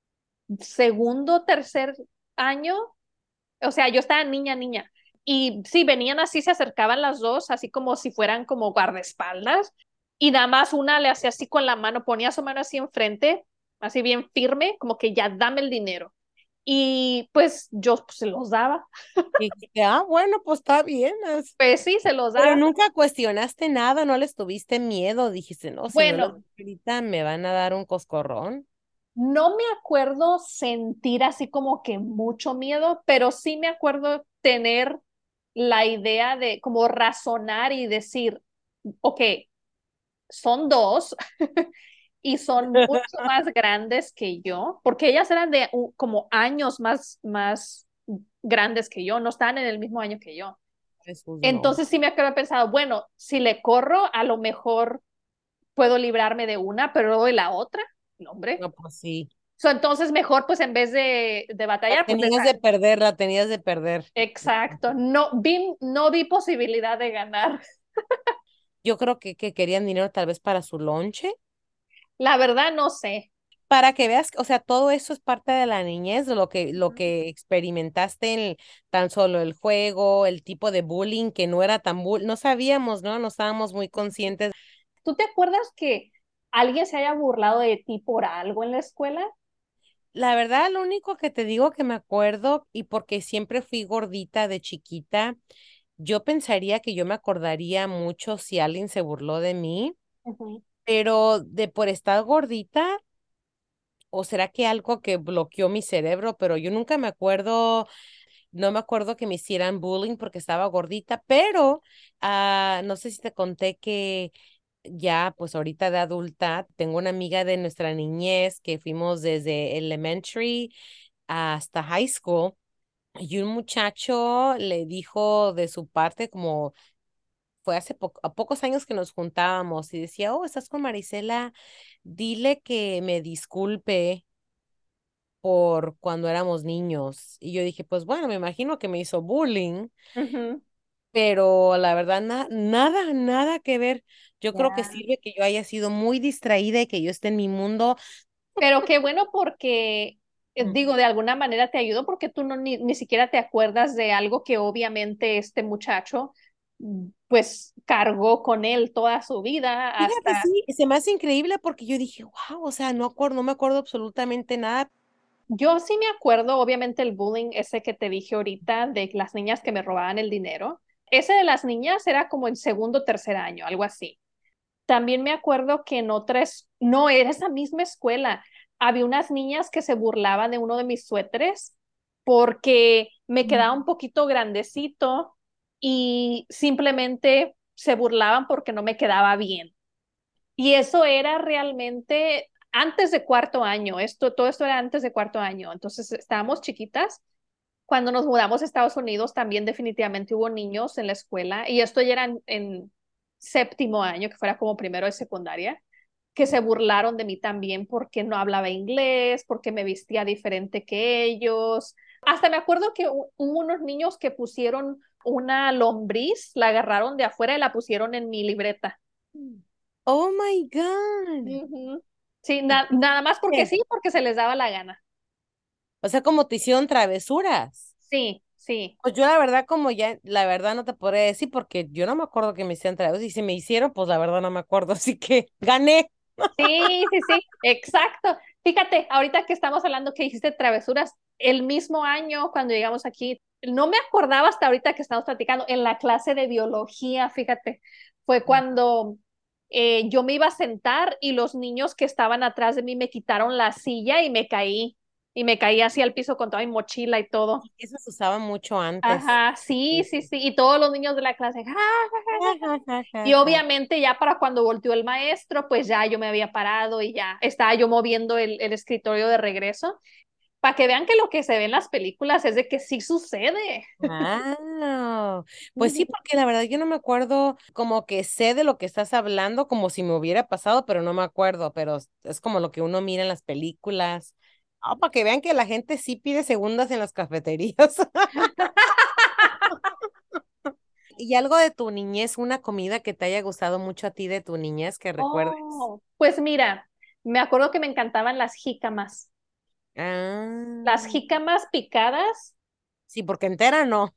segundo, tercer año, o sea, yo estaba niña, niña. Y sí, venían así, se acercaban las dos, así como si fueran como guardaespaldas. Y nada más una le hacía así con la mano, ponía su mano así enfrente, así bien firme, como que ya dame el dinero. Y pues yo pues, se los daba. Y dije, ah, bueno, pues está bien. es- Pues sí, se los Pero daba. nunca cuestionaste nada, no les tuviste miedo. Dijiste, no, si no les doy Bueno, ahorita me van a dar un coscorrón. no me acuerdo sentir así como que mucho miedo, pero sí me acuerdo tener la idea de como razonar y decir, ok, son dos y son mucho más grandes que yo, porque ellas eran de uh, como años más, más grandes que yo, no estaban en el mismo año que yo. Jesús, no. Entonces sí me acuerdo pensado, bueno, si le corro, a lo mejor puedo librarme de una, pero luego de la otra, no, hombre. No, pues sí. So, entonces mejor, pues en vez de, de La batallar, pues tenías esa. de perder, la tenías de perder. Exacto. No vi, no vi posibilidad de ganar. Yo creo que, que querían dinero tal vez para su lonche. La verdad, no sé. Para que veas, o sea, todo eso es parte de la niñez, de lo que, lo que experimentaste en el- tan solo el juego, el tipo de bullying que no era tan bull, no sabíamos, ¿no? No estábamos muy conscientes. ¿Tú te acuerdas que alguien se haya burlado de ti por algo en la escuela? La verdad, lo único que te digo que me acuerdo, y porque siempre fui gordita de chiquita, yo pensaría que yo me acordaría mucho si alguien se burló de mí, Ujú. pero de por estar gordita, o será que algo que bloqueó mi cerebro, pero yo nunca me acuerdo. No me acuerdo que me hicieran bullying porque estaba gordita, pero ah, no sé si te conté que ya, pues ahorita de adulta, tengo una amiga de nuestra niñez que fuimos desde elementary hasta high school y un muchacho le dijo de su parte como fue hace po- a pocos años que nos juntábamos y decía, oh, estás con Marisela, dile que me disculpe por cuando éramos niños. Y yo dije, pues bueno, me imagino que me hizo bullying. Ujú. pero la verdad, na- nada, nada que ver. Yo creo que Ya. sirve que yo haya sido muy distraída y que yo esté en mi mundo. Pero qué bueno porque, eh, Mm. digo, de alguna manera te ayudó porque tú no ni, ni siquiera te acuerdas de algo que obviamente este muchacho mm, pues cargó con él toda su vida Fíjate, hasta... sí, se me hace increíble porque yo dije, wow, o sea, no acuerdo, no me acuerdo absolutamente nada. Yo sí me acuerdo, obviamente, el bullying ese que te dije ahorita de las niñas que me robaban el dinero. Ese de las niñas era como en segundo o tercer año, algo así. También me acuerdo que en otras, no, era esa misma escuela, había unas niñas que se burlaban de uno de mis suéteres porque me quedaba un poquito grandecito y simplemente se burlaban porque no me quedaba bien. Y eso era realmente antes de cuarto año, esto, todo esto era antes de cuarto año, entonces estábamos chiquitas. Cuando nos mudamos a Estados Unidos también definitivamente hubo niños en la escuela y esto ya era en, en séptimo año, que fuera como primero de secundaria, que se burlaron de mí también porque no hablaba inglés, porque me vestía diferente que ellos. Hasta me acuerdo que hu- hubo unos niños que pusieron una lombriz, la agarraron de afuera y la pusieron en mi libreta. Oh my God. Ujú. Sí, ¿Y na- nada más porque qué? sí, porque se les daba la gana. O sea, como te hicieron travesuras. Sí, sí. Pues yo la verdad, como ya, la verdad no te podré decir porque yo no me acuerdo que me hicieran travesuras y si me hicieron, pues la verdad no me acuerdo, así que gané. Sí, sí, sí, exacto. Fíjate, ahorita que estamos hablando que hiciste travesuras, el mismo año cuando llegamos aquí, no me acordaba hasta ahorita que estamos platicando, en la clase de biología, fíjate, fue cuando eh, yo me iba a sentar y los niños que estaban atrás de mí me quitaron la silla y me caí, y me caí así al piso con toda mi mochila y todo. Eso se usaba mucho antes. Ajá, sí, Sí. sí, sí, y todos los niños de la clase, ¡ja! Y obviamente ya para cuando volteó el maestro, pues ya yo me había parado y ya estaba yo moviendo el, el escritorio de regreso, para que vean que lo que se ve en las películas es de que sí sucede. Ah, pues sí, Ujú. porque la verdad yo no me acuerdo, como que sé de lo que estás hablando, como si me hubiera pasado, pero no me acuerdo, pero es es como lo que uno mira en las películas. Ah, para que vean que la gente sí pide segundas en las cafeterías. Y algo de tu niñez, una comida que te haya gustado mucho a ti de tu niñez que recuerdes. Oh, pues mira, me acuerdo que me encantaban las jícamas. Las Ah, jícamas picadas, sí, porque entera no.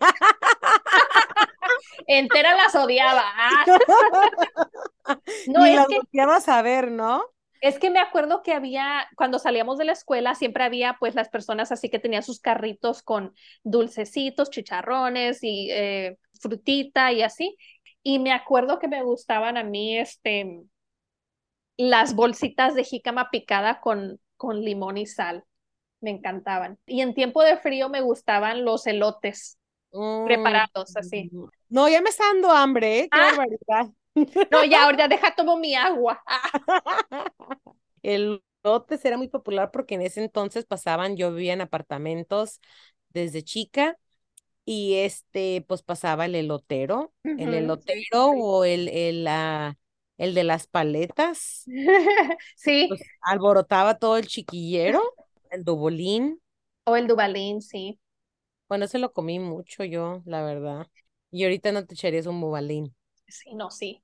entera las odiaba. Ah, no, Ni es las que volteabas a ver, ¿no? Es que me acuerdo que había, cuando salíamos de la escuela, siempre había pues las personas así que tenían sus carritos con dulcecitos, chicharrones y eh, frutita y así. Y me acuerdo que me gustaban a mí este, las bolsitas de jícama picada con, con limón y sal. Me encantaban. Y en tiempo de frío me gustaban los elotes Mm, preparados así. no, ya me está dando hambre, ¿eh? Qué Ah, barbaridad. no, ya, ahorita deja tomo mi agua. Ah, El lotes era muy popular porque en ese entonces pasaban, yo vivía en apartamentos desde chica y este, pues pasaba el elotero, el ujú, sí, sí, elotero sí. o el, el, ah, el de las paletas, Sí, pues alborotaba todo el chiquillero, el dubolín. o el Dubalín, sí. Bueno, se lo comí mucho yo, la verdad. Y ahorita no te echarías un bubalín. Sí, no, sí.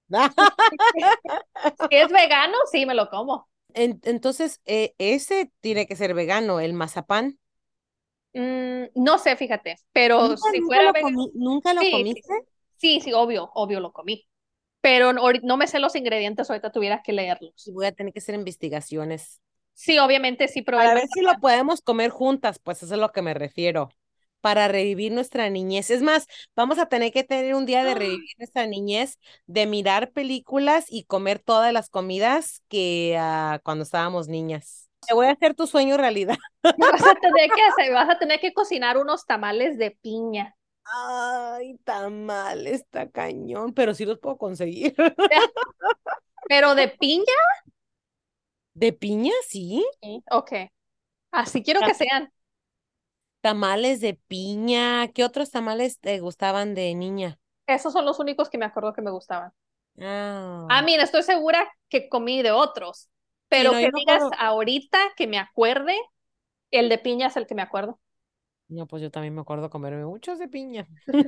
Si es vegano, sí, me lo como. En- Entonces, eh, ese tiene que ser vegano, el mazapán. Mm, no sé, fíjate, pero ¿Nunca, si nunca fuera lo vegano, comí, nunca lo sí, sí, comiste? sí, sí, obvio, obvio lo comí. Pero no, ahori- no me sé los ingredientes, ahorita tuviera que Y leerlos. voy a tener que hacer investigaciones Sí, obviamente sí probé el para ver si lo mazapán. podemos comer juntas, pues eso es lo que me refiero, para revivir nuestra niñez. Es más, vamos a tener que tener un día de ¡Ah! revivir nuestra niñez, de mirar películas y comer todas las comidas que ah, cuando estábamos niñas. Te voy a hacer tu sueño realidad. Vas a tener que hacer, vas a tener que cocinar unos tamales de piña. Ay, tan mal, está cañón, pero sí los puedo conseguir. Pero de piña, ¿De piña? Sí. sí, ok. Así quiero que sean. Tamales de piña. ¿Qué otros tamales te gustaban de niña? Esos son los únicos que me acuerdo que me gustaban. A Ah, mí, estoy segura que comí de otros, sí, pero no, que yo me digas acuerdo. ahorita que me acuerde, el de piña es el que me acuerdo. No, pues yo también me acuerdo comerme muchos de piña.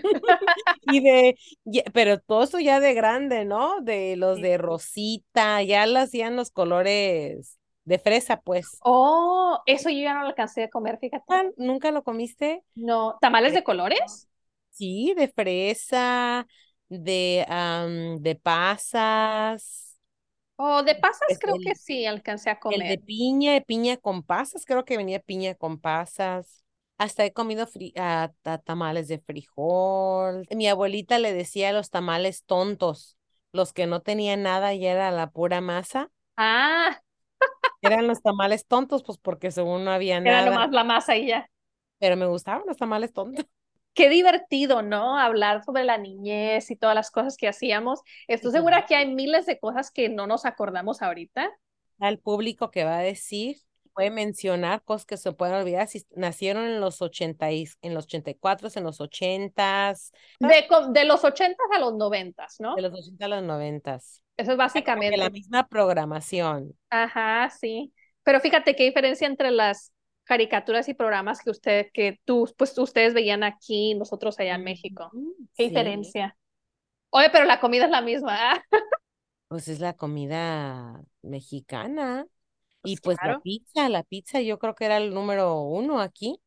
Y de, ya- pero todo eso ya de grande, ¿no? De los Sí. de rosita, ya lo hacían los colores de fresa, pues. Oh, eso yo ya no lo alcancé a comer, fíjate. Ah, ¿nunca lo comiste? No, ¿tamales Qué de rico. colores? Sí, de fresa, de, am, de pasas, O de pasas pues creo que el, sí alcancé a el comer. de piña, de piña con pasas, creo que venía piña con pasas. Hasta he comido fri- ah, ta- tamales de frijol. Mi abuelita le decía los tamales tontos, los que no tenían nada y era la pura masa. Ah, Eran los tamales tontos, pues porque según no había era nada, nomás la masa y ya. pero me gustaban los tamales tontos. Qué divertido, ¿no? Hablar sobre la niñez y todas las cosas que hacíamos. Estoy segura que hay miles de cosas que no nos acordamos ahorita. Al público que va a decir, puede mencionar cosas que se pueden olvidar si nacieron en los ochenta y, en los ochenta y cuatro, en los ochentas, De, co- de los ochentas a los noventas, de ¿no? los ochenta a los noventas. Eso es Era como que la básicamente. misma programación. Ajá, sí. Pero fíjate qué diferencia entre las caricaturas y programas que usted, que tú, pues ustedes veían aquí, nosotros allá en México. Ujú, Qué sí, diferencia. Oye, pero la comida es la misma. Ah, pues es la comida mexicana. Y pues pues la claro. pizza, la pizza yo creo que era el número uno aquí,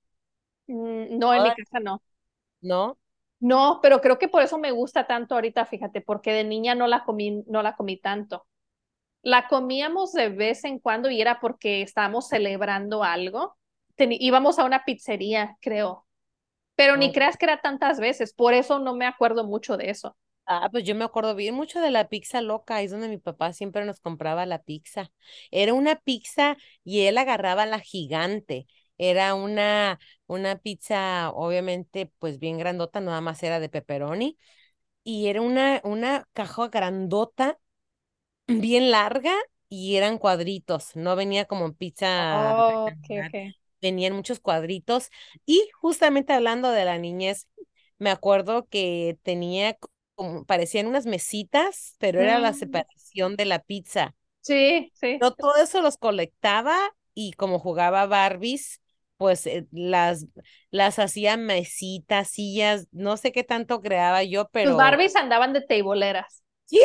Mm, no, en mi toda- casa no. ¿no? No, pero creo que por eso me gusta tanto ahorita, fíjate, porque de niña no la comí, no la comí tanto. La comíamos de vez en cuando y era porque estábamos celebrando algo. Teni- íbamos a una pizzería, creo, pero ni No. creas que era tantas veces, por eso no me acuerdo mucho de eso. Ah, pues yo me acuerdo bien mucho de la pizza loca, ahí es donde mi papá siempre nos compraba la pizza. Era una pizza y él agarraba la gigante. Era una, una pizza, obviamente, pues bien grandota, nada más era de pepperoni. Y era una, una caja grandota, bien larga, y eran cuadritos. No venía como pizza Oh, ok, rectangular, ok. venían muchos cuadritos. Y justamente hablando de la niñez, me acuerdo que tenía como, parecían unas mesitas, pero era la Mm, separación de la pizza. sí, sí. Yo todo eso los colectaba y como jugaba Barbies, pues eh, las, las hacía mesitas, sillas, no sé qué tanto creaba yo, Tus pero Barbies andaban de teiboleras. sí,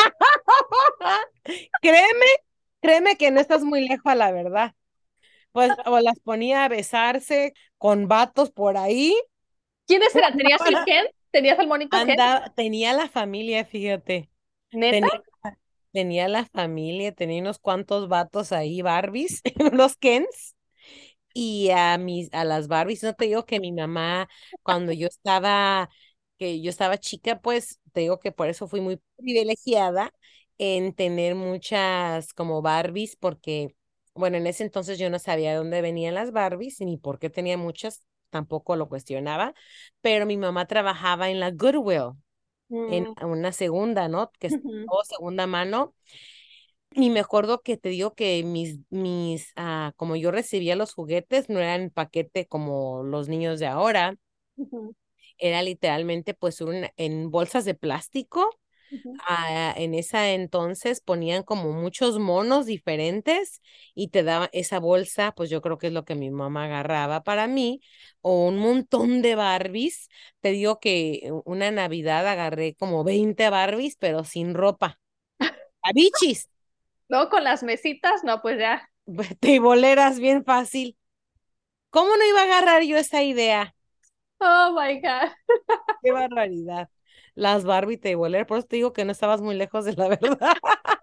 créeme, créeme que no estás muy lejos a la verdad. Pues o las ponía a besarse con vatos por ahí. ¿Quiénes eran? ¿Tenías el Ken? ¿Tenías el monito Ken? Anda, tenía la familia, fíjate. ¿Neta? Tenía, tenía la familia, tenía unos cuantos vatos ahí, Barbies, unos Kens. Y a mis, a las Barbies, no te digo que mi mamá, cuando yo estaba, que yo estaba chica, pues te digo que por eso fui muy privilegiada en tener muchas como Barbies, porque, bueno, en ese entonces yo no sabía de dónde venían las Barbies ni por qué tenía muchas, tampoco lo cuestionaba, pero mi mamá trabajaba en la Goodwill, en Mm, una segunda, ¿no? Que es ujú, todo segunda mano y me acuerdo que te digo que mis, mis, ah, como yo recibía los juguetes, no eran en paquete como los niños de ahora, ujú, era literalmente pues un, en bolsas de plástico. ujú. Ah, en esa entonces ponían como muchos monos diferentes y te daba esa bolsa, pues yo creo que es lo que mi mamá agarraba para mí, o un montón de Barbies. Te digo que una Navidad agarré como veinte Barbies, pero sin ropa. ¡Abichis! Luego con las mesitas, no, pues ya. Teiboleras bien fácil. ¿Cómo no iba a agarrar yo esa idea? Oh my God. Qué barbaridad. Las Barbie teiboleras, por eso te digo que no estabas muy lejos de la verdad.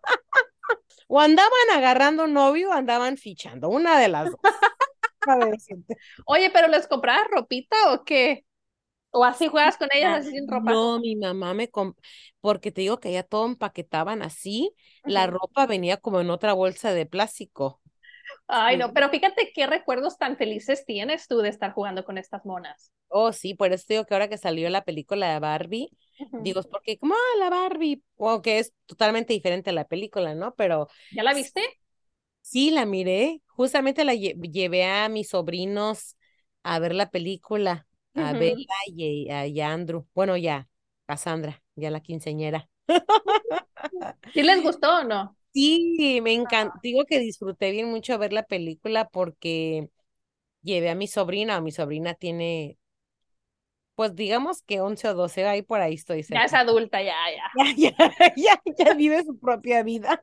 O andaban agarrando un novio o andaban fichando, una de las dos. A ver, decirte. Oye, pero ¿les comprabas ropita o qué? ¿O así juegas con ellas Ah, así sin ropa? no, mi mamá me comp porque te digo que ya todo empaquetaban así, la Ujú. ropa venía como en otra bolsa de plástico. Ay, no, Sí. pero fíjate qué recuerdos tan felices tienes tú de estar jugando con estas monas. Oh, sí, por eso te digo que ahora que salió la película de Barbie, Ujú. digo, es porque como, ah, la Barbie, o que es totalmente diferente a la película, ¿no? Pero ¿Ya la viste? sí, la miré. Justamente la lle- llevé a mis sobrinos a ver la película, a Bella Ujú. y a, y a Andrew. Bueno, ya, Cassandra, ya la quinceañera. ¿Sí les gustó o no? Sí, me encanta. Digo que disfruté bien mucho ver la película porque llevé a mi sobrina, o mi sobrina tiene, pues digamos que once o doce, ahí por ahí estoy Ya es cerca. adulta, ya, ya. Ya, ya, ya, ya vive su propia vida.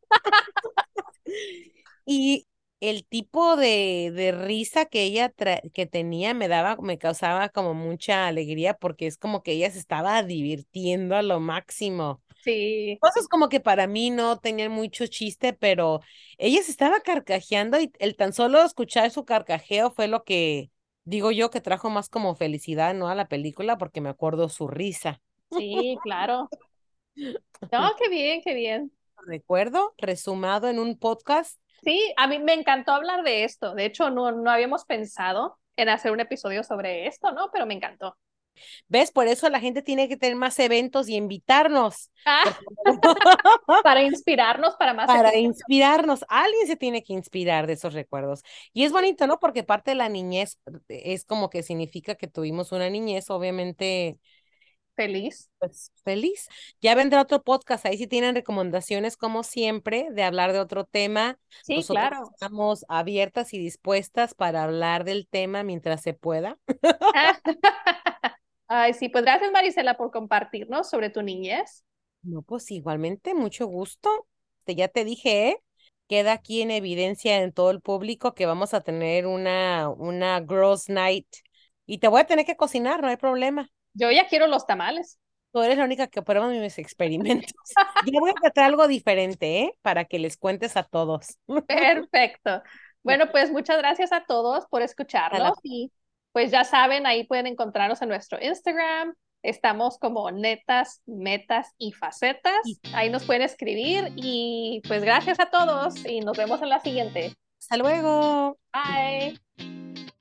Y el tipo de, de risa que ella tra- que tenía me daba, me causaba como mucha alegría porque es como que ella se estaba divirtiendo a lo máximo. Sí, Cosas como que para mí no tenían mucho chiste, pero ella se estaba carcajeando y el tan solo escuchar su carcajeo fue lo que digo yo que trajo más como felicidad, ¿no? A la película porque me acuerdo su risa. sí, claro. No, qué bien, qué bien. Recuerdo resumado en un podcast. Sí, a mí me encantó hablar de esto. De hecho, no, no habíamos pensado en hacer un episodio sobre esto, ¿no? Pero me encantó. ¿Ves? Por eso la gente tiene que tener más eventos y invitarnos, Ah, porque para inspirarnos para más para episodios. inspirarnos, alguien se tiene que inspirar de esos recuerdos. Y es bonito, ¿no? Porque parte de la niñez es como que significa que tuvimos una niñez, obviamente, Feliz. pues feliz. Ya vendrá otro podcast, ahí si tienen recomendaciones, como siempre, de hablar de otro tema. Sí, Nosotros claro. estamos abiertas y dispuestas para hablar del tema mientras se pueda. Ah, ay, sí, pues gracias, Marisela, por compartirnos sobre tu niñez. No, pues igualmente, mucho gusto. Te, ya te dije, ¿eh? Queda aquí en evidencia en todo el público que vamos a tener una, una Girls' Night. Y te voy a tener que cocinar, no hay problema. Yo ya quiero los tamales. Tú eres la única que prueba mis experimentos. Yo voy a tratar algo diferente, ¿eh? Para que les cuentes a todos. Perfecto. Bueno, pues muchas gracias a todos por A la- escucharnos y pues ya saben, ahí pueden encontrarnos en nuestro Instagram. Estamos como netas, metas y y facetas. Ahí nos pueden escribir y pues gracias a todos y nos vemos en la siguiente. hasta luego. Bye.